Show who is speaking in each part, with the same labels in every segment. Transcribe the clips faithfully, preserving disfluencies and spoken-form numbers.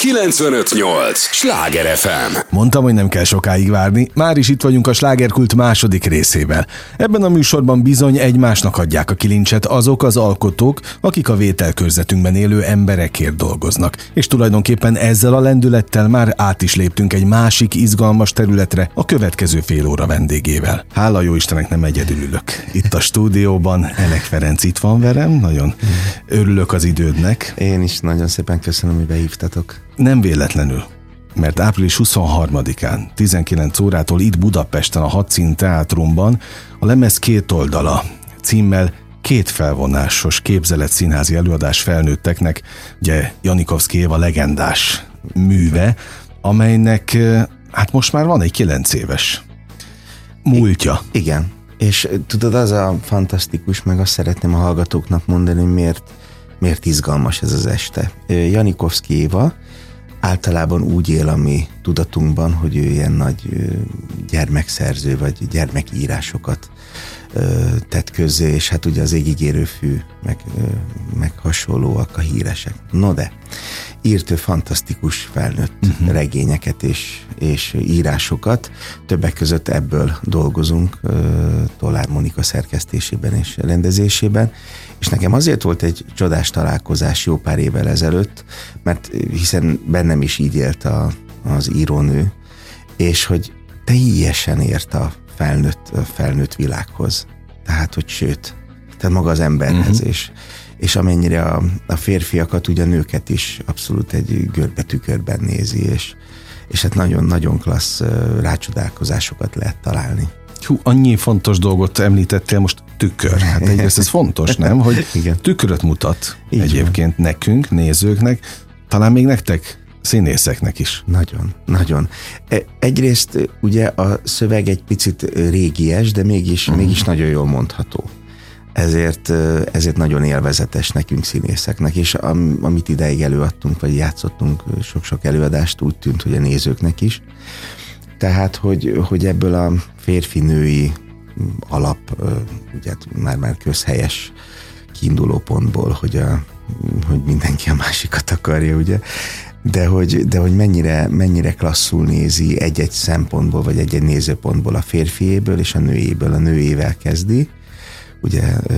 Speaker 1: kilencvenöt nyolc Sláger ef em.
Speaker 2: Mondtam, hogy nem kell sokáig várni, már is itt vagyunk a Slágerkult második részével. Ebben a műsorban bizony egymásnak adják a kilincset azok az alkotók, akik a vételkörzetünkben élő emberekért dolgoznak. És tulajdonképpen ezzel a lendülettel már át is léptünk egy másik izgalmas területre a következő fél óra vendégével. Hála jó Istennek, nem egyedül ülök. Itt a stúdióban Elek Ferenc itt van velem, nagyon örülök az idődnek.
Speaker 3: Én is nagyon szépen köszönöm, hogy behívtatok.
Speaker 2: Nem véletlenül, mert április huszonharmadikán tizenkilenc órától itt Budapesten a Hadszín Teátrumban a lemez két oldala címmel két felvonásos képzeletszínházi előadás felnőtteknek, ugye Janikovszky Éva legendás műve, amelynek hát most már van egy kilenc éves múltja.
Speaker 3: I- igen, és tudod, az a fantasztikus, meg azt szeretném a hallgatóknak mondani, hogy miért, miért izgalmas ez az este. Janikovszky Éva általában úgy él a mi tudatunkban, hogy ő ilyen nagy gyermekszerző, vagy gyermekírásokat tett közzé, és hát ugye az Égigérő fű, meg, meg hasonlóak a híresek. No de, írt ő fantasztikus felnőtt uh-huh. regényeket és, és írásokat, többek között ebből dolgozunk Tollár Monika szerkesztésében és rendezésében, és nekem azért volt egy csodás találkozás jó pár évvel ezelőtt, mert hiszen bennem is így élt a, az írónő, és hogy teljesen ért a felnőtt, a felnőtt világhoz. Tehát, hogy sőt, tehát maga az emberhez, uh-huh. és, és amennyire a, a férfiakat, ugye a nőket is abszolút egy görbetükörben nézi, és, és hát nagyon-nagyon klassz rácsodálkozásokat lehet találni.
Speaker 2: Hú, annyi fontos dolgot említettél, most tükör. Hát egyrészt ez fontos, nem? Hogy igen. Tükröt mutat így egyébként van. Nekünk, nézőknek, talán még nektek, színészeknek is.
Speaker 3: Nagyon, nagyon. Egyrészt ugye a szöveg egy picit régies, de mégis, uh-huh. mégis nagyon jól mondható. Ezért, ezért nagyon élvezetes nekünk színészeknek, és am, amit ideig előadtunk, vagy játszottunk sok-sok előadást, úgy tűnt, hogy a nézőknek is. Tehát, hogy, hogy ebből a férfi-női alap, ugye már-már közhelyes kiinduló pontból, hogy, a, hogy mindenki a másikat akarja, ugye, de hogy, de hogy mennyire, mennyire klasszul nézi egy-egy szempontból, vagy egy-egy nézőpontból a férfiéből, és a nőjéből, a nőjével kezdi, ugye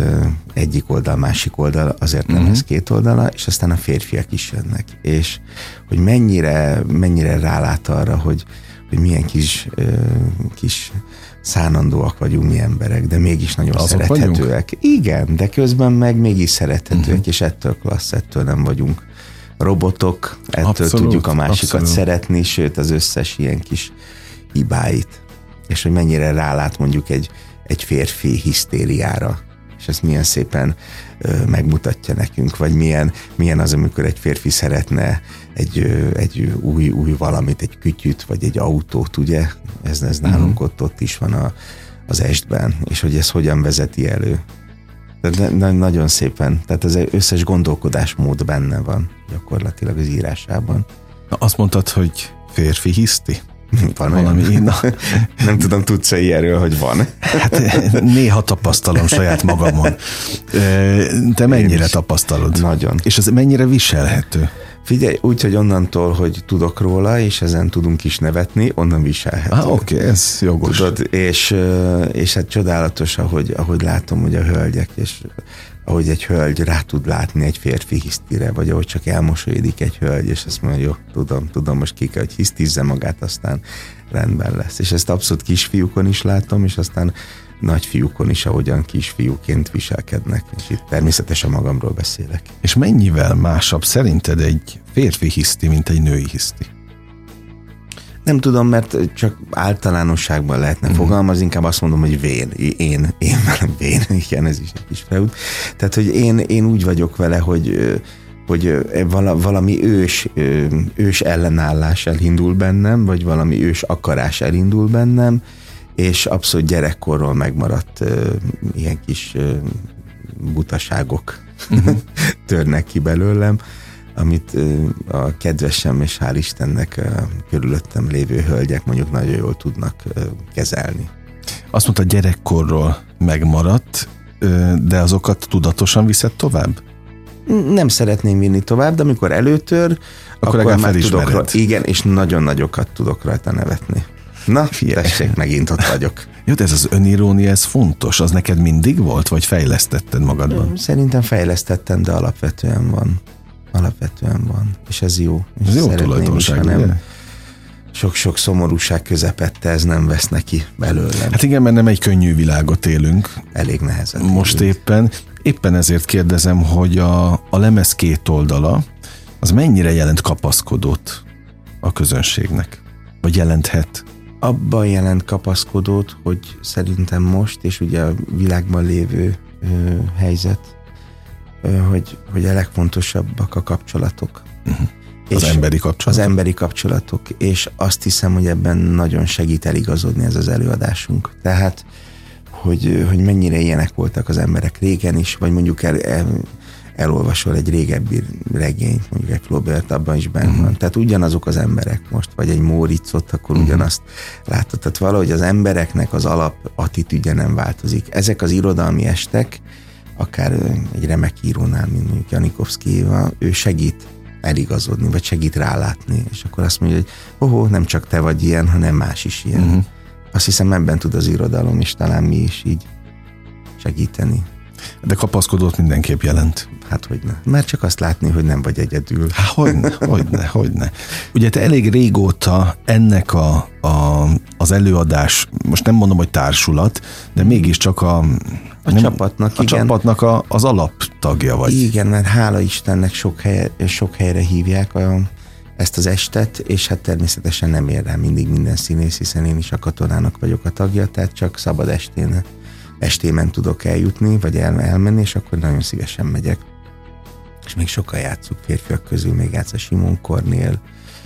Speaker 3: egyik oldal, másik oldal, azért nem uh-huh. ez két oldala, és aztán a férfiak is jönnek, és hogy mennyire, mennyire rálát arra, hogy hogy milyen kis, uh, kis szánandóak vagyunk mi emberek, de mégis nagyon azok szerethetőek. Vagyunk? Igen, de közben meg mégis szerethetőek, uh-huh. és ettől klassz, ettől nem vagyunk robotok, ettől abszolút, tudjuk a másikat abszolút. Szeretni, sőt az összes ilyen kis hibáit. És hogy mennyire rálát mondjuk egy, egy férfi hisztériára, és ezt milyen szépen ö, megmutatja nekünk, vagy milyen, milyen az, amikor egy férfi szeretne egy, ö, egy új, új valamit, egy kütyüt, vagy egy autót, ugye? Ez, ez uh-huh. nálunk ott, ott is van a, az estben, és hogy ez hogyan vezeti elő. De, de nagyon szépen, tehát az összes gondolkodásmód benne van gyakorlatilag az írásában.
Speaker 2: Na, azt mondtad, hogy férfi hiszti?
Speaker 3: Van valami, na. Nem tudom, tudsz-e ilyenről, hogy van?
Speaker 2: Hát néha tapasztalom saját magamon. Te mennyire tapasztalod?
Speaker 3: Nagyon.
Speaker 2: És ez mennyire viselhető?
Speaker 3: Figyelj, úgy, hogy onnantól, hogy tudok róla, és ezen tudunk is nevetni, onnan viselhető.
Speaker 2: Ah, oké, okay, ez jogos.
Speaker 3: Tudod, és, és hát csodálatos, ahogy, ahogy látom, hogy a hölgyek, és ahogy egy hölgy rá tud látni egy férfi hisztire, vagy ahogy csak elmosolyodik egy hölgy, és azt mondja, jó, tudom, tudom, most ki kell, hogy hisztizze magát, aztán rendben lesz. És ezt abszolút kisfiúkon is látom, és aztán nagyfiúkon is, ahogyan kisfiúként viselkednek. És itt természetesen magamról beszélek.
Speaker 2: És mennyivel másabb szerinted egy férfi hiszti, mint egy női hiszti?
Speaker 3: Nem tudom, mert csak általánosságban lehetne uh-huh. fogalmazni, inkább azt mondom, hogy vén, én, én velem vén, igen, ez is egy kis felút. Tehát, hogy én, én úgy vagyok vele, hogy, hogy valami ős, ős ellenállás elindul bennem, vagy valami ős akarás elindul bennem, és abszolút gyerekkorról megmaradt ilyen kis butaságok uh-huh. törnek ki belőlem, amit a kedvesem és hál' Istennek körülöttem lévő hölgyek mondjuk nagyon jól tudnak kezelni.
Speaker 2: Azt mondta, gyerekkorról megmaradt, de azokat tudatosan viszed tovább?
Speaker 3: Nem szeretném vinni tovább, de amikor előtör,
Speaker 2: akkor, akkor már tudok rajta.
Speaker 3: Igen, és nagyon nagyokat tudok rajta nevetni. Na, Figyelj. tessék, megint ott vagyok.
Speaker 2: Jó, de ez az önirónia, ez fontos. Az neked mindig volt, vagy fejlesztetted magadban?
Speaker 3: Szerintem fejlesztettem, de alapvetően van. Alapvetően van. És ez jó. És
Speaker 2: ez jó tulajdonság, ugye?
Speaker 3: Sok-sok szomorúság közepette, ez nem vesz neki belőlem.
Speaker 2: Hát igen, mert nem egy könnyű világot élünk.
Speaker 3: Elég nehezen.
Speaker 2: Most élünk. éppen. Éppen ezért kérdezem, hogy a, a lemez két oldala, az mennyire jelent kapaszkodót a közönségnek? Vagy jelenthet?
Speaker 3: Abban jelent kapaszkodót, hogy szerintem most, és ugye a világban lévő ö, helyzet, ö, hogy, hogy a legfontosabbak a kapcsolatok.
Speaker 2: Uh-huh. Az emberi kapcsolatok.
Speaker 3: Az emberi kapcsolatok, és azt hiszem, hogy ebben nagyon segít eligazodni ez az előadásunk. Tehát, hogy, hogy mennyire ilyenek voltak az emberek régen is, vagy mondjuk el, el, elolvasol egy régebbi regényt, mondjuk egy Flaubert, abban is benne uh-huh. van. Tehát ugyanazok az emberek most, vagy egy Móriczot, akkor uh-huh. ugyanazt látod. Tehát valahogy az embereknek az alap attitűdje nem változik. Ezek az irodalmi estek, akár egy remek írónál, mint mondjuk Janikovszkijéval, ő segít eligazodni, vagy segít rálátni, és akkor azt mondja, hogy oh, nem csak te vagy ilyen, hanem más is ilyen. Uh-huh. Azt hiszem, ebben tud az irodalom, és talán mi is így segíteni.
Speaker 2: De kapaszkodót mindenképp jelent.
Speaker 3: Hát hogyne. Mert csak azt látni, hogy nem vagy egyedül.
Speaker 2: Há, hogyne, hogyne, hogyne. Ugye te elég régóta ennek a, a, az előadás, most nem mondom, hogy társulat, de mégiscsak a,
Speaker 3: a nem,
Speaker 2: csapatnak, a
Speaker 3: igen.
Speaker 2: csapatnak a, az alaptagja vagy.
Speaker 3: Igen, mert hála Istennek sok, helye, sok helyre hívják a, ezt az estet, és hát természetesen nem ér rá mindig minden színész, hiszen én is a Katonának vagyok a tagja, tehát csak szabad estén, estémen tudok eljutni, vagy el, elmenni, és akkor nagyon szívesen megyek. És még sokkal játszunk férfiak közül, még játsz a Simon Kornél,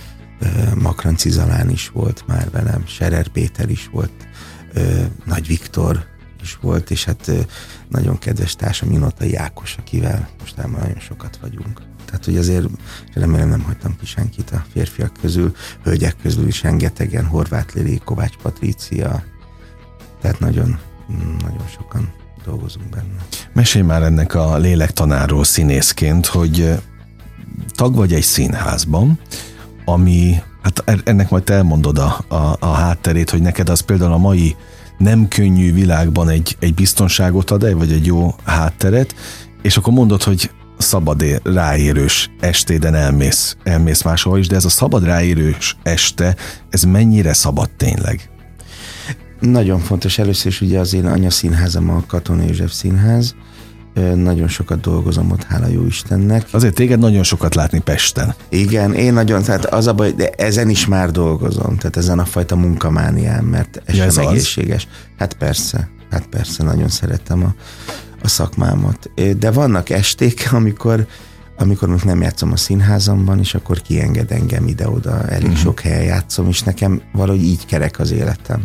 Speaker 3: Makranci Zalán is volt már velem, Scherer Péter is volt, Nagy Viktor is volt, és hát nagyon kedves társam Inotai Ákos, akivel most már nagyon sokat vagyunk. Tehát, hogy azért remélem nem hagytam ki senkit a férfiak közül, hölgyek közül is rengetegen, Horváth Lili, Kovács Patrícia, tehát nagyon, nagyon sokan dolgozunk benne.
Speaker 2: Mesélj már ennek a lélektanáról színészként, hogy tag vagy egy színházban, ami, hát ennek majd te elmondod a, a, a hátterét, hogy neked az például a mai nem könnyű világban egy, egy biztonságot ad-e, vagy egy jó hátteret, és akkor mondod, hogy szabad ráérős estéden elmész, elmész máshova is, de ez a szabad ráérős este, ez mennyire szabad tényleg?
Speaker 3: Nagyon fontos. Először is ugye az én anyaszínházam a Katona József Színház. Nagyon sokat dolgozom ott, hála jó Istennek.
Speaker 2: Azért téged nagyon sokat látni Pesten.
Speaker 3: Igen, én nagyon, tehát az a baj, de ezen is már dolgozom, tehát ezen a fajta munkamániám, mert ez ja, sem ez egészséges. Az? Hát persze, hát persze, nagyon szeretem a, a szakmámat. De vannak esték, amikor amikor most nem játszom a színházamban, és akkor kienged engem ide-oda, elég uh-huh. sok helyen játszom, és nekem valahogy így kerek az életem,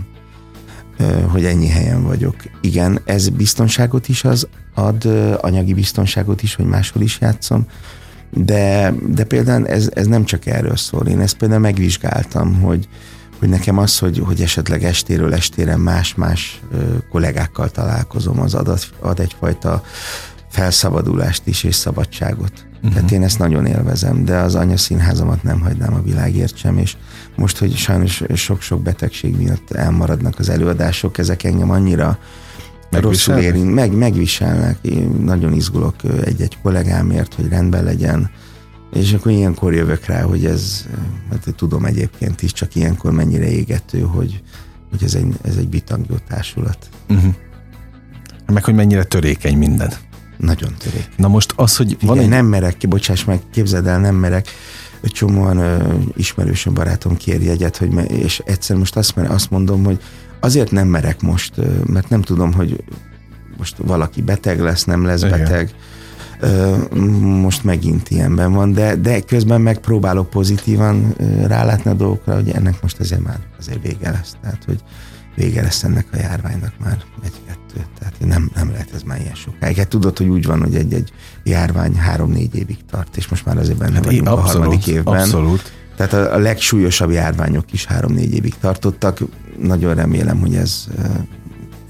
Speaker 3: hogy ennyi helyen vagyok. Igen, ez biztonságot is az ad, anyagi biztonságot is, hogy máshol is játszom, de, de például ez, ez nem csak erről szól. Én ezt például megvizsgáltam, hogy, hogy nekem az, hogy, hogy esetleg estéről estére más-más kollégákkal találkozom, az ad, ad egyfajta felszabadulást is és szabadságot. Uh-huh. Tehát én ezt nagyon élvezem, de az anyaszínházamat nem hagynám a világért sem, és most, hogy sajnos sok-sok betegség miatt elmaradnak az előadások, ezek engem annyira rosszul érint, meg, megviselnek. Én nagyon izgulok egy-egy kollégámért, hogy rendben legyen, és akkor ilyenkor jövök rá, hogy ez, hát tudom egyébként is, csak ilyenkor mennyire égető, hogy, hogy ez egy, ez egy bitangjó társulat.
Speaker 2: Uh-huh. Meg, hogy mennyire törékeny minden.
Speaker 3: Nagyon törékeny.
Speaker 2: Na most az, hogy
Speaker 3: Figyelj, van egy... nem merek, bocsáss meg, képzeld el, nem merek, egy csomóan ö, ismerősöm, barátom kér jegyet, hogy me, és egyszer most azt, azt mondom, hogy azért nem merek most, ö, mert nem tudom, hogy most valaki beteg lesz, nem lesz igen. beteg, ö, most megint ilyenben van, de, de közben megpróbálok pozitívan ö, rálátni a dolgokra, hogy ennek most azért már azért vége lesz, tehát hogy vége lesz ennek a járványnak már egy-kettő, tehát nem, nem lehet ez már ilyen sokáig. Hát tudod, hogy úgy van, hogy egy-egy járvány három-négy évig tart, és most már azért benne hát vagyunk abszolút, a harmadik évben.
Speaker 2: Abszolút.
Speaker 3: Tehát a, a legsúlyosabb járványok is három-négy évig tartottak. Nagyon remélem, hogy ez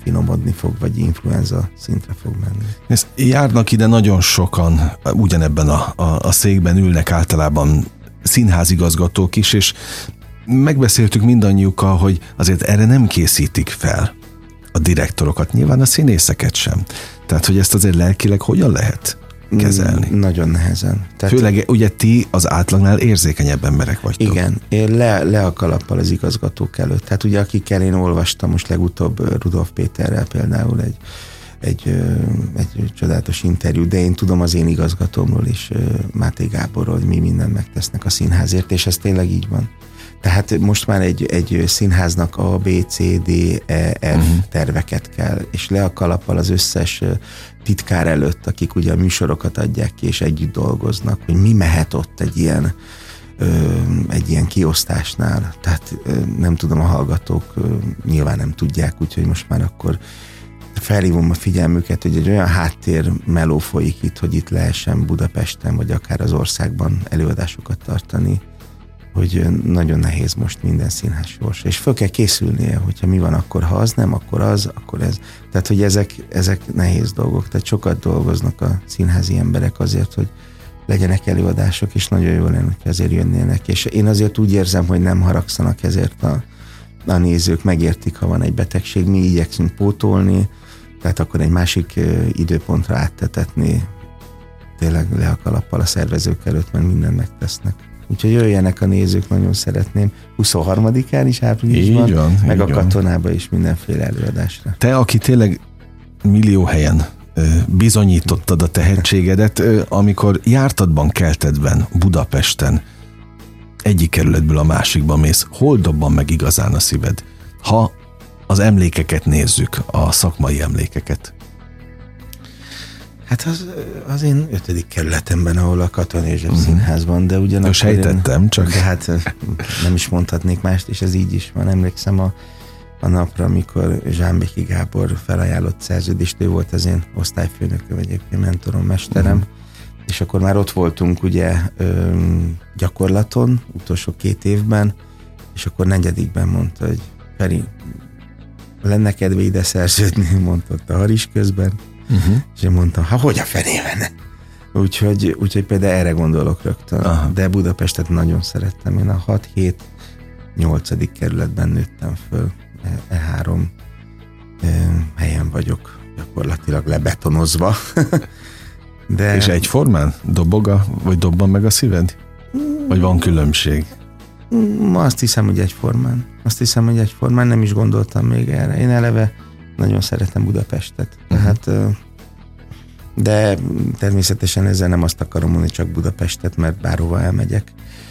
Speaker 3: finomodni fog, vagy influenza szintre fog menni.
Speaker 2: Ezt járnak ide nagyon sokan, ugyanebben a, a, a székben ülnek általában színházigazgatók is, és megbeszéltük mindannyiukkal, hogy azért erre nem készítik fel a direktorokat, nyilván a színészeket sem. Tehát, hogy ezt azért lelkileg hogyan lehet kezelni?
Speaker 3: Nagyon nehezen. Tehát,
Speaker 2: főleg ugye ti az átlagnál érzékenyebb emberek vagytok.
Speaker 3: Igen, én le, le a kalappal az igazgatók előtt. Tehát ugye akikkel én olvastam most legutóbb Rudolf Péterrel például egy, egy, egy csodálatos interjú, de én tudom az én igazgatómról is, Máté Gáborról, hogy mi mindent megtesznek a színházért, és ez tényleg így van. Tehát most már egy, egy színháznak A, B, C, D, E, F uh-huh. terveket kell, és le a kalappal az összes titkár előtt, akik ugye a műsorokat adják ki, és együtt dolgoznak, hogy mi mehet ott egy ilyen, ö, egy ilyen kiosztásnál. Tehát ö, nem tudom, a hallgatók ö, nyilván nem tudják, úgyhogy most már akkor felhívom a figyelmüket, hogy egy olyan háttér meló folyik itt, hogy itt lehessen Budapesten, vagy akár az országban előadásokat tartani, hogy nagyon nehéz most minden színház sorsa. És föl kell készülnie, hogyha mi van akkor, ha az nem, akkor az, akkor ez. Tehát, hogy ezek, ezek nehéz dolgok. Tehát sokat dolgoznak a színházi emberek azért, hogy legyenek előadások, és nagyon jó lenne, hogy azért jönnének. És én azért úgy érzem, hogy nem haragszanak ezért a, a nézők, megértik, ha van egy betegség, mi igyekszünk pótolni, tehát akkor egy másik időpontra áttetetni, tényleg le a kalappal a szervezők előtt, mert mindent megtesznek. Úgyhogy jöjjenek a nézők, nagyon szeretném. huszonharmadikán is áprilisban, van, meg a Katonába is mindenféle előadásra.
Speaker 2: Te, aki tényleg millió helyen bizonyítottad a tehetségedet, amikor jártadban, keltedben, Budapesten egyik kerületből a másikba mész, hol dobban meg igazán a szíved? Ha az emlékeket nézzük, a szakmai emlékeket.
Speaker 3: Hát az, az én ötödik kerületemben, ahol a Katona József uh-huh. Színházban, de ugyanakkor...
Speaker 2: Sejtettem,
Speaker 3: én,
Speaker 2: csak...
Speaker 3: De hát nem is mondhatnék mást, és ez így is van. Emlékszem a, a napra, amikor Zsámbéki Gábor felajánlott szerződést, ő volt az én osztályfőnököm, egyébként mentorom, mesterem, uh-huh. és akkor már ott voltunk ugye öm, gyakorlaton, utolsó két évben, és akkor negyedikben mondta, hogy Feri, lenne kedve ide szerződni, mondta a Haris közben, uh-huh. és én mondtam, ha hogy a fenében? Úgyhogy, úgyhogy például erre gondolok rögtön. Aha. De Budapestet nagyon szerettem. Én a hat hét nyolcadik kerületben nőttem föl. E, e három e, helyen vagyok gyakorlatilag lebetonozva. De...
Speaker 2: És egyformán? Doboga, vagy dobban meg a szíved? Vagy van különbség?
Speaker 3: Ma azt hiszem, hogy egyformán. Azt hiszem, hogy egyformán. Nem is gondoltam még erre. Én eleve nagyon szeretem Budapestet. Tehát, de természetesen ezzel nem azt akarom mondani, csak Budapestet, mert bárhova elmegyek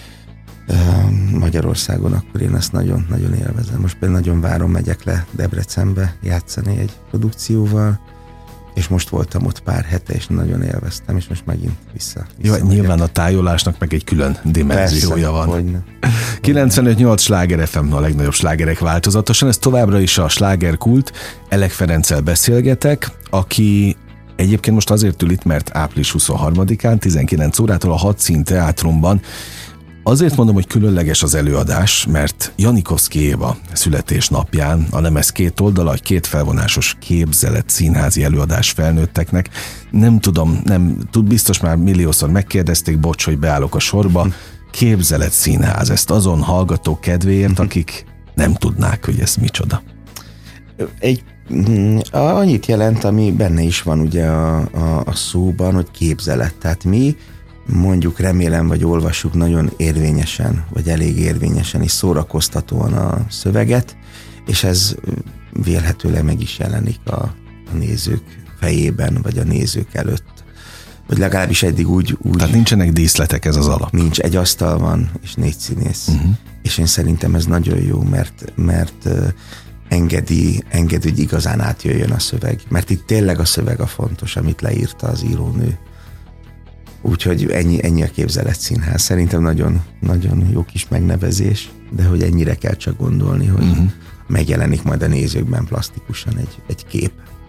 Speaker 3: Magyarországon, akkor én ezt nagyon-nagyon élvezem. Most például nagyon várom, megyek le Debrecenbe játszani egy produkcióval, és most voltam ott pár hete, és nagyon élveztem, és most megint vissza.
Speaker 2: vissza Jó, nyilván a tájolásnak meg egy külön dimenziója van.
Speaker 3: Hogyne.
Speaker 2: kilencvenöt nyolc Sláger ef em, a legnagyobb slágerek változatosan, ez továbbra is a slágerkult. Elek Ferenccel beszélgetek, aki egyébként most azért ül itt, mert április huszonharmadikán tizenkilenc órától a Hadszín Teátrumban. Azért mondom, hogy különleges az előadás, mert Janikovszky Éva születésnapján a lemez két oldala, egy két felvonásos képzelet színházi előadás felnőtteknek. Nem tudom, nem tud, biztos már milliószor megkérdezték, bocs, hogy beállok a sorba. Képzelet színház, ezt azon hallgatók kedvéért, akik nem tudnák, hogy ez micsoda.
Speaker 3: Egy annyit jelent, ami benne is van ugye a, a, a szóban, hogy képzelet. Tehát mi mondjuk remélem, vagy olvassuk nagyon érvényesen, vagy elég érvényesen és szórakoztatóan a szöveget, és ez vélhetőleg meg is jelenik a, a nézők fejében, vagy a nézők előtt. Vagy legalábbis eddig úgy, úgy...
Speaker 2: Tehát nincsenek díszletek, ez az alap.
Speaker 3: Nincs, egy asztal van, és négy színész. Uh-huh. És én szerintem ez nagyon jó, mert, mert engedi, engedi, hogy igazán átjöjjön a szöveg. Mert itt tényleg a szöveg a fontos, amit leírta az írónő. Úgyhogy ennyi, ennyi a Képzelet Színház. Szerintem nagyon, nagyon jó kis megnevezés, de hogy ennyire kell csak gondolni, hogy uh-huh. megjelenik majd a nézőkben plastikusan egy, egy kép.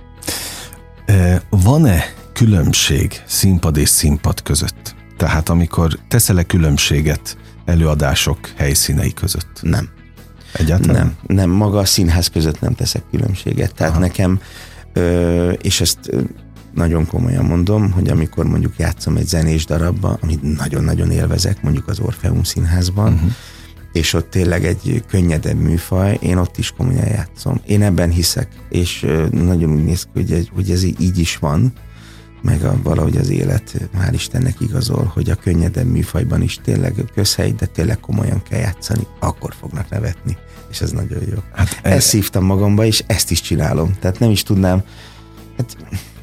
Speaker 2: Van-e különbség színpad és színpad között? Tehát amikor teszel-e különbséget előadások helyszínei között?
Speaker 3: Nem.
Speaker 2: Egyáltalán?
Speaker 3: Nem, nem, maga a színház között nem teszek különbséget. Tehát Aha. nekem, ö, és ezt nagyon komolyan mondom, hogy amikor mondjuk játszom egy zenés darabba, amit nagyon-nagyon élvezek, mondjuk az Orfeum Színházban, uh-huh. és ott tényleg egy könnyedebb műfaj, én ott is komolyan játszom. Én ebben hiszek, és nagyon úgy néz ki, hogy, egy, hogy ez így is van, meg a, valahogy az élet, hál' Istennek igazol, hogy a könnyedebb műfajban is tényleg közhely, de tényleg komolyan kell játszani, akkor fognak nevetni, és ez nagyon jó. Hát ezt e... szívtam magamba, és ezt is csinálom, tehát nem is tudnám, hát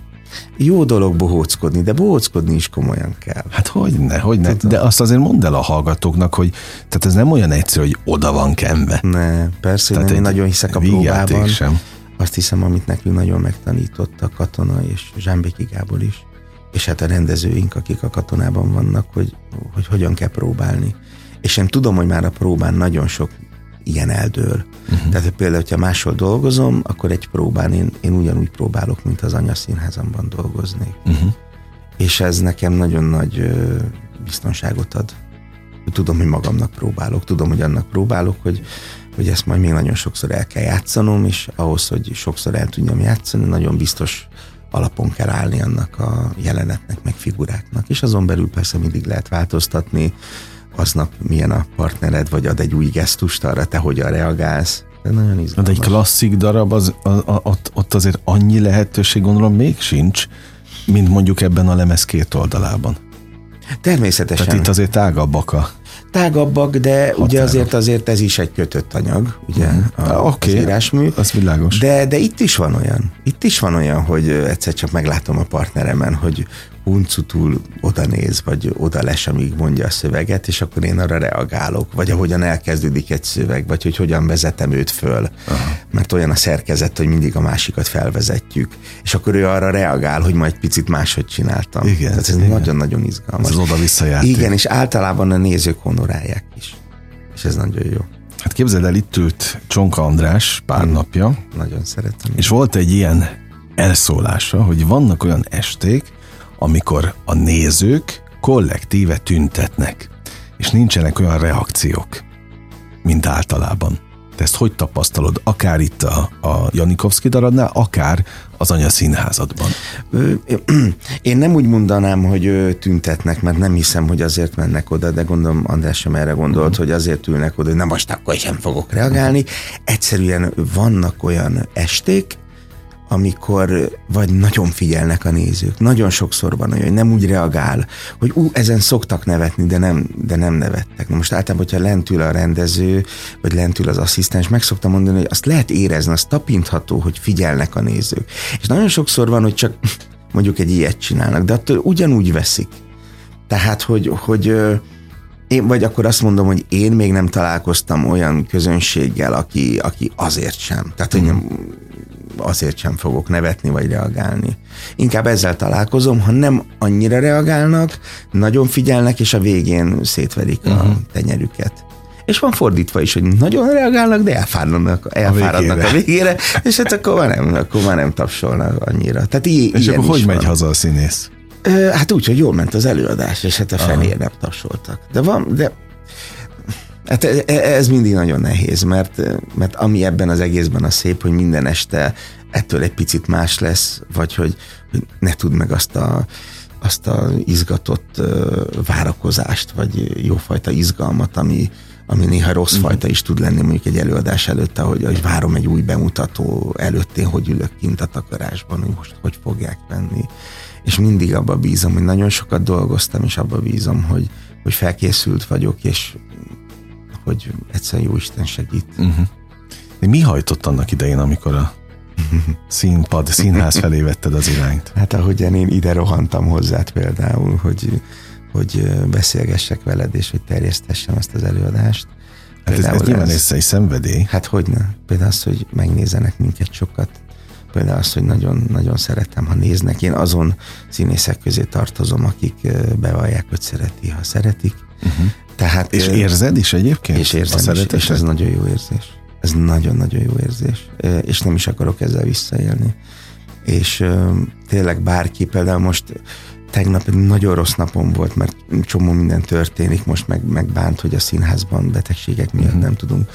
Speaker 3: jó dolog bohóckodni, de bohóckodni is komolyan kell.
Speaker 2: Hát hogyne, hogyne, de azt azért mondd el a hallgatóknak, hogy tehát ez nem olyan egyszerű, hogy oda van kenve.
Speaker 3: Ne, persze, nem, én nagyon hiszek a próbában. Sem. Azt hiszem, amit nekünk nagyon megtanított a Katona és Zsámbéki Gábor is, és hát a rendezőink, akik a Katonában vannak, hogy, hogy hogyan kell próbálni. És én tudom, hogy már a próbán nagyon sok ilyen eldől. Uh-huh. Tehát például, hogyha máshol dolgozom, akkor egy próbán én, én ugyanúgy próbálok, mint az anyaszínházamban dolgozni. Uh-huh. És ez nekem nagyon nagy ö, biztonságot ad. Tudom, hogy magamnak próbálok, tudom, hogy annak próbálok, hogy, hogy ezt majd még nagyon sokszor el kell játszanom, és ahhoz, hogy sokszor el tudjam játszani, nagyon biztos alapon kell állni annak a jelenetnek, meg figuráknak. És azon belül persze mindig lehet változtatni, aznap milyen a partnered, vagy ad egy új gesztust arra, te hogyan reagálsz. De nagyon izgalmas.
Speaker 2: De egy klasszik darab, az, az, az, ott, ott azért annyi lehetőség gondolom még sincs, mint mondjuk ebben a lemez két oldalában.
Speaker 3: Természetesen.
Speaker 2: Tehát itt azért tágabbak a
Speaker 3: Tágabbak, de határok. Ugye azért azért ez is egy kötött anyag, ugye, mm. a, okay. az írásmű.
Speaker 2: Az világos.
Speaker 3: De, de itt is van olyan, itt is van olyan, hogy egyszer csak meglátom a partneremen, hogy huncutul oda néz, vagy oda les, amíg mondja a szöveget, és akkor én arra reagálok, vagy ahogyan elkezdődik egy szöveg, vagy hogy hogyan vezetem őt föl. Aha. Mert olyan a szerkezet, hogy mindig a másikat felvezetjük, és akkor ő arra reagál, hogy majd picit máshogy csináltam.
Speaker 2: Igen,
Speaker 3: tehát ez nagyon-nagyon izgalmas.
Speaker 2: Ez az oda-vissza játék.
Speaker 3: Igen, és általában a nézők honorálják is. És ez nagyon jó.
Speaker 2: Hát képzeld el, itt ült Csonka András pár hmm. napja.
Speaker 3: Nagyon szeretem.
Speaker 2: És volt egy ilyen elszólása, hogy vannak olyan esték, amikor a nézők kollektíve tüntetnek, és nincsenek olyan reakciók, mint általában. Te ezt hogy tapasztalod? Akár itt a, a Janikovszky darabnál, akár az anyaszínházadban.
Speaker 3: Én nem úgy mondanám, hogy tüntetnek, mert nem hiszem, hogy azért mennek oda, de gondolom András sem erre gondolt, uh-huh. hogy azért ülnek oda, hogy na most akkor sem fogok reagálni. Egyszerűen vannak olyan esték, amikor vagy nagyon figyelnek a nézők. Nagyon sokszor van olyan, hogy nem úgy reagál, hogy ú, ezen szoktak nevetni, de nem, de nem nevettek. Na most általában, hogyha lent ül a rendező, vagy lent ül az asszisztens, meg szoktam mondani, hogy azt lehet érezni, azt tapintható, hogy figyelnek a nézők. És nagyon sokszor van, hogy csak mondjuk egy ilyet csinálnak, de attól ugyanúgy veszik. Tehát, hogy, hogy én, vagy akkor azt mondom, hogy én még nem találkoztam olyan közönséggel, aki, aki azért sem. Tehát, hogy nem, azért sem fogok nevetni, vagy reagálni. Inkább ezzel találkozom, ha nem annyira reagálnak, nagyon figyelnek, és a végén szétverik uh-huh. a tenyerüket. És van fordítva is, hogy nagyon reagálnak, de elfáradnak, elfáradnak a, végére. a végére, és hát akkor már nem, akkor már nem tapsolnak annyira. Tehát i-
Speaker 2: és akkor hogy
Speaker 3: van.
Speaker 2: Megy haza a színész?
Speaker 3: Hát úgy, hogy jól ment az előadás, és hát a fenér nem tapsoltak. De van, de hát ez mindig nagyon nehéz, mert, mert ami ebben az egészben a szép, hogy minden este ettől egy picit más lesz, vagy hogy, hogy ne tudd meg azt a, azt a izgatott várakozást, vagy jófajta izgalmat, ami, ami néha rossz fajta is tud lenni, mondjuk egy előadás előtt, ahogy, ahogy várom egy új bemutató előtt, én hogy ülök kint a takarásban, hogy most hogy fogják venni. És mindig abba bízom, hogy nagyon sokat dolgoztam, és abba bízom, hogy, hogy felkészült vagyok, és hogy egyszerűen Jóisten segít. Uh-huh.
Speaker 2: Mi hajtott annak idején, amikor a színpad, színház felé vetted az irányt?
Speaker 3: Hát ahogyan én ide rohantam hozzád például, hogy, hogy beszélgessek veled, és hogy terjesztessem ezt az előadást.
Speaker 2: Hát ez, ez nyilván ez egy szenvedély.
Speaker 3: Hát hogyne. Például az, hogy megnézenek minket sokat. Például az, hogy nagyon, nagyon szeretem, ha néznek. Én azon színészek közé tartozom, akik bevallják, hogy szereti, ha szeretik. Uh-huh. Tehát,
Speaker 2: és érzed is egyébként?
Speaker 3: És érzem is, és ez nagyon jó érzés. Ez nagyon-nagyon jó érzés. És nem is akarok ezzel visszaélni. És tényleg bárki, például most tegnap egy nagyon rossz napom volt, mert csomó minden történik, most meg, meg bánt, hogy a színházban betegségek miatt uh-huh. nem tudunk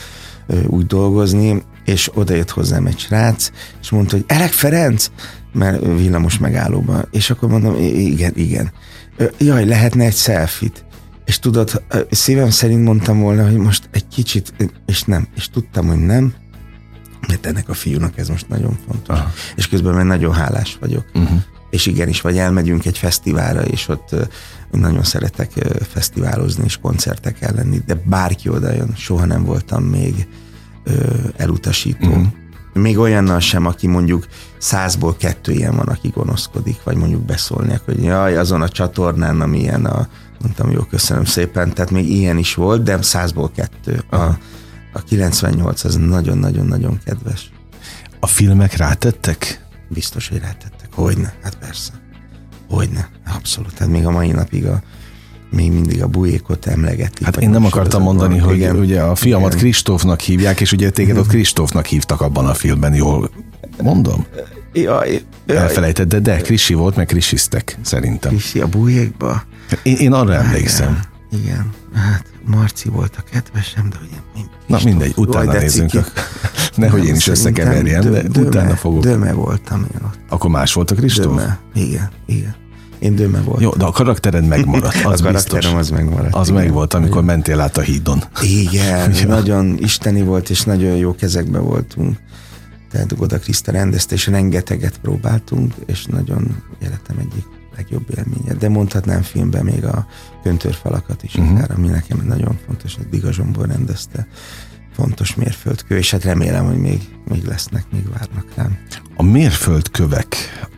Speaker 3: úgy dolgozni, és oda jött hozzám egy srác, és mondta, hogy Elek Ferenc, mert villamos megállóban, és akkor mondom, igen, igen. Jaj, lehetne egy selfie-t. És tudod, szívem szerint mondtam volna, hogy most egy kicsit, és nem, és tudtam, hogy nem, mert ennek a fiúnak ez most nagyon fontos. Aha. És közben már nagyon hálás vagyok. Uh-huh. És igenis, vagy elmegyünk egy fesztiválra, és ott nagyon szeretek fesztiválozni, és koncerteken lenni, de bárki oda jön, soha nem voltam még elutasító. Uh-huh. Még olyannal sem, aki mondjuk százból kettő ilyen van, aki gonoszkodik, vagy mondjuk beszólni, hogy jaj, azon a csatornán, ami ilyen a, mondtam, jó, köszönöm szépen, tehát még ilyen is volt, de százból kettő. A, a kilencvennyolc az nagyon-nagyon-nagyon kedves.
Speaker 2: A filmek rátettek?
Speaker 3: Biztos, hogy rátettek. Hogyne, hát persze. Hogyne, abszolút. Tehát még a mai napig a még mindig a Bujékot emlegetik.
Speaker 2: Hát én nem akartam mondani, hogy igen, ugye a fiamat igen. Kristófnak hívják, és ugye téged ott Kristófnak hívtak abban a filmben, jól mondom?
Speaker 3: Jaj, jaj.
Speaker 2: Elfelejtett, de, de Krisi volt, meg krisiztek, szerintem.
Speaker 3: Krisi a Bujékba?
Speaker 2: Én, én arra hát, emlékszem.
Speaker 3: Igen, igen, hát Marci volt a kedvesem, de ugye... Mi,
Speaker 2: Na mindegy, utána Vaj, nézzünk. A... Nehogy én is összekeverjem, de döme, utána fogok.
Speaker 3: Döme voltam én ott.
Speaker 2: Akkor más volt a Kristóf?
Speaker 3: Döme, igen, igen. Én döme voltam.
Speaker 2: Jó, de a karaktered megmaradt, az
Speaker 3: a
Speaker 2: biztos.
Speaker 3: az megmaradt.
Speaker 2: Az igen. Megvolt, amikor igen. mentél át a hídon.
Speaker 3: Igen, nagyon isteni volt, és nagyon jó kezekbe voltunk. Tehát Goda Kriszta rendezte, és rengeteget próbáltunk, és nagyon életem egyik legjobb élménye. De mondhatnám filmben még a Köntörfalakat is, uh-huh. akár, ami nekem nagyon fontos, hogy Biga Zsombor rendezte. Fontos mérföldkő, és hát remélem, hogy még, még lesznek, még várnak rám.
Speaker 2: A mérföldkövek,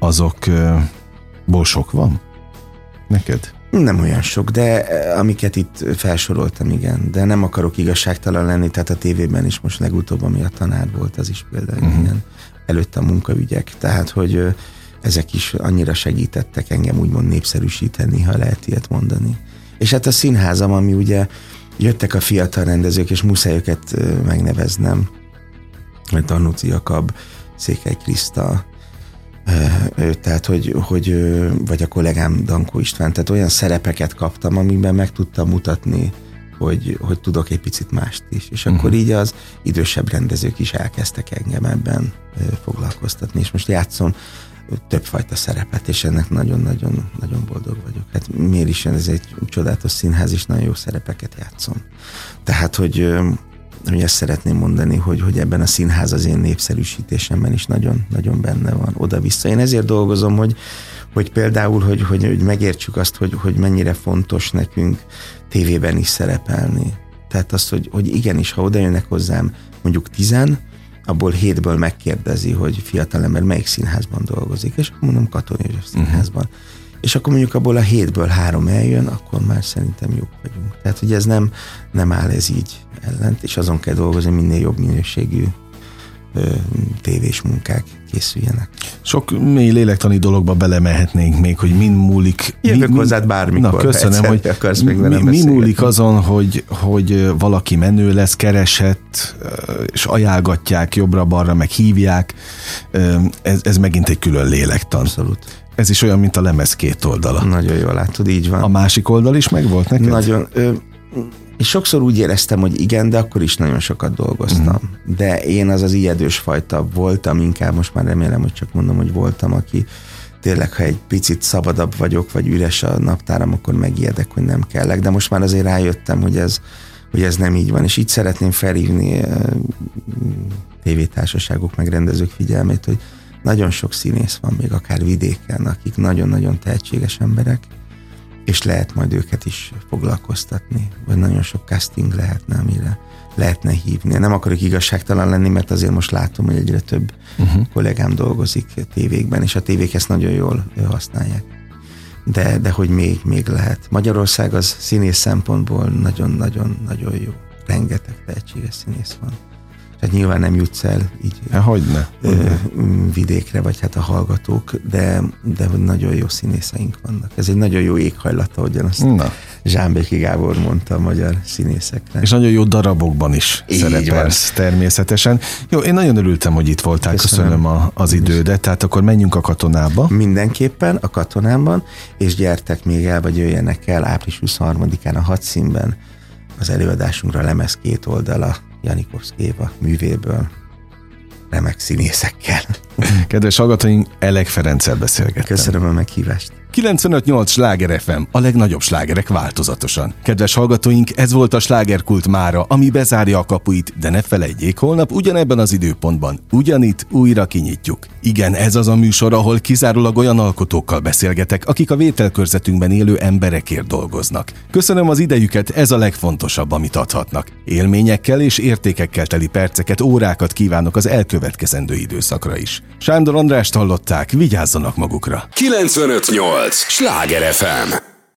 Speaker 2: azokból sok van? Neked?
Speaker 3: Nem olyan sok, de amiket itt felsoroltam, igen. De nem akarok igazságtalan lenni, tehát a tévében is most legutóbb, ami a tanár volt, az is például uh-huh. igen. Előtt a munkaügyek. Tehát, hogy ezek is annyira segítettek engem úgymond népszerűsíteni, ha lehet ilyet mondani. És hát a színházam, ami ugye jöttek a fiatal rendezők, és muszáj őket megneveznem, mert Danuci Jakab, Székely Kriszta, tehát, hogy, hogy, vagy a kollégám Dankó István, tehát olyan szerepeket kaptam, amiben meg tudtam mutatni, hogy, hogy tudok egy picit mást is. És uh-huh. akkor így az idősebb rendezők is elkezdtek engem ebben foglalkoztatni, és most játszom többfajta szerepet, és ennek nagyon-nagyon nagyon boldog vagyok. Hát miért is, ez egy csodálatos színház, és nagyon jó szerepeket játszom. Tehát, hogy, hogy ezt szeretném mondani, hogy, hogy ebben a színház az én népszerűsítésemben is nagyon, nagyon benne van oda-vissza. Én ezért dolgozom, hogy, hogy például, hogy, hogy, hogy megértsük azt, hogy, hogy mennyire fontos nekünk tévében is szerepelni. Tehát azt, hogy, hogy igenis, ha oda jönnek hozzám mondjuk tizen, abból hétből megkérdezi, hogy fiatalember melyik színházban dolgozik, és akkor mondom, Katona József színházban. Uh-huh. És akkor mondjuk abból a hétből három eljön, akkor már szerintem jók vagyunk. Tehát, hogy ez nem, nem áll ez így ellent, és azon kell dolgozni, minél jobb minőségű ö, tévés munkák készüljenek.
Speaker 2: Sok mély lélektani dologba belemehetnénk még, hogy min múlik...
Speaker 3: Jövök mi, hozzád bármikor.
Speaker 2: Na, köszönöm, hogy
Speaker 3: akarsz még
Speaker 2: mi, mi múlik azon, hogy, hogy valaki menő lesz, keresett, és ajánlgatják jobbra-balra, meg hívják. Ez, ez megint egy külön lélektan.
Speaker 3: Abszolút.
Speaker 2: Ez is olyan, mint a lemez két oldala.
Speaker 3: Nagyon jól látod, így van.
Speaker 2: A másik oldal is megvolt neked?
Speaker 3: Nagyon. Ö, és sokszor úgy éreztem, hogy igen, de akkor is nagyon sokat dolgoztam. Uh-huh. De én az az ijedős fajta voltam, inkább most már remélem, hogy csak mondom, hogy voltam, aki tényleg, ha egy picit szabadabb vagyok, vagy üres a naptáram, akkor megijedek, hogy nem kellek. De most már azért rájöttem, hogy ez, hogy ez nem így van. És így szeretném felhívni tévétársaságok, meg rendezők figyelmét, hogy nagyon sok színész van még akár vidéken, akik nagyon-nagyon tehetséges emberek, és lehet majd őket is foglalkoztatni, vagy nagyon sok casting lehetne, amire lehetne hívni. Nem akarok igazságtalan lenni, mert azért most látom, hogy egyre több uh-huh. kollégám dolgozik tévékben, és a tévék ezt nagyon jól használják. De, de hogy még, még lehet. Magyarország az színész szempontból nagyon-nagyon-nagyon jó. Rengeteg tehetséges színész van. Tehát nyilván nem jutsz el így
Speaker 2: hát, hogyne, hogyne.
Speaker 3: vidékre, vagy hát a hallgatók, de, de hogy nagyon jó színészeink vannak. Ez egy nagyon jó éghajlata, ahogyan azt Na. Zsámbéki Gábor mondta a magyar színészekre.
Speaker 2: És nagyon jó darabokban is így szerepelsz van. Természetesen. Jó, én nagyon örültem, hogy itt voltál, köszönöm, köszönöm a, az idődet, tehát akkor menjünk a Katonába.
Speaker 3: Mindenképpen a Katonában, és gyertek még el, vagy jöjjenek el április huszonharmadikán a Hadszínben az előadásunkra lemez két oldala Janikovszky Éva művéből, remek színészekkel.
Speaker 2: Kedves hallgatóink, Elek Ferenccel beszélgettem.
Speaker 3: Köszönöm a meghívást.
Speaker 2: kilencvenöt nyolc Sláger ef em, a legnagyobb slágerek változatosan. Kedves hallgatóink, ez volt a Slágerkult mára, ami bezárja a kapuit, de ne felejtjék, holnap ugyanebben az időpontban, ugyanitt újra kinyitjuk. Igen, ez az a műsor, ahol kizárólag olyan alkotókkal beszélgetek, akik a vételkörzetünkben élő emberekért dolgoznak. Köszönöm az idejüket, ez a legfontosabb, amit adhatnak. Élményekkel és értékekkel teli perceket, órákat kívánok az elkövetkezendő időszakra is. Sándor Andrást hallották, vigyázzanak magukra!
Speaker 1: kilencvenöt nyolc Sláger ef em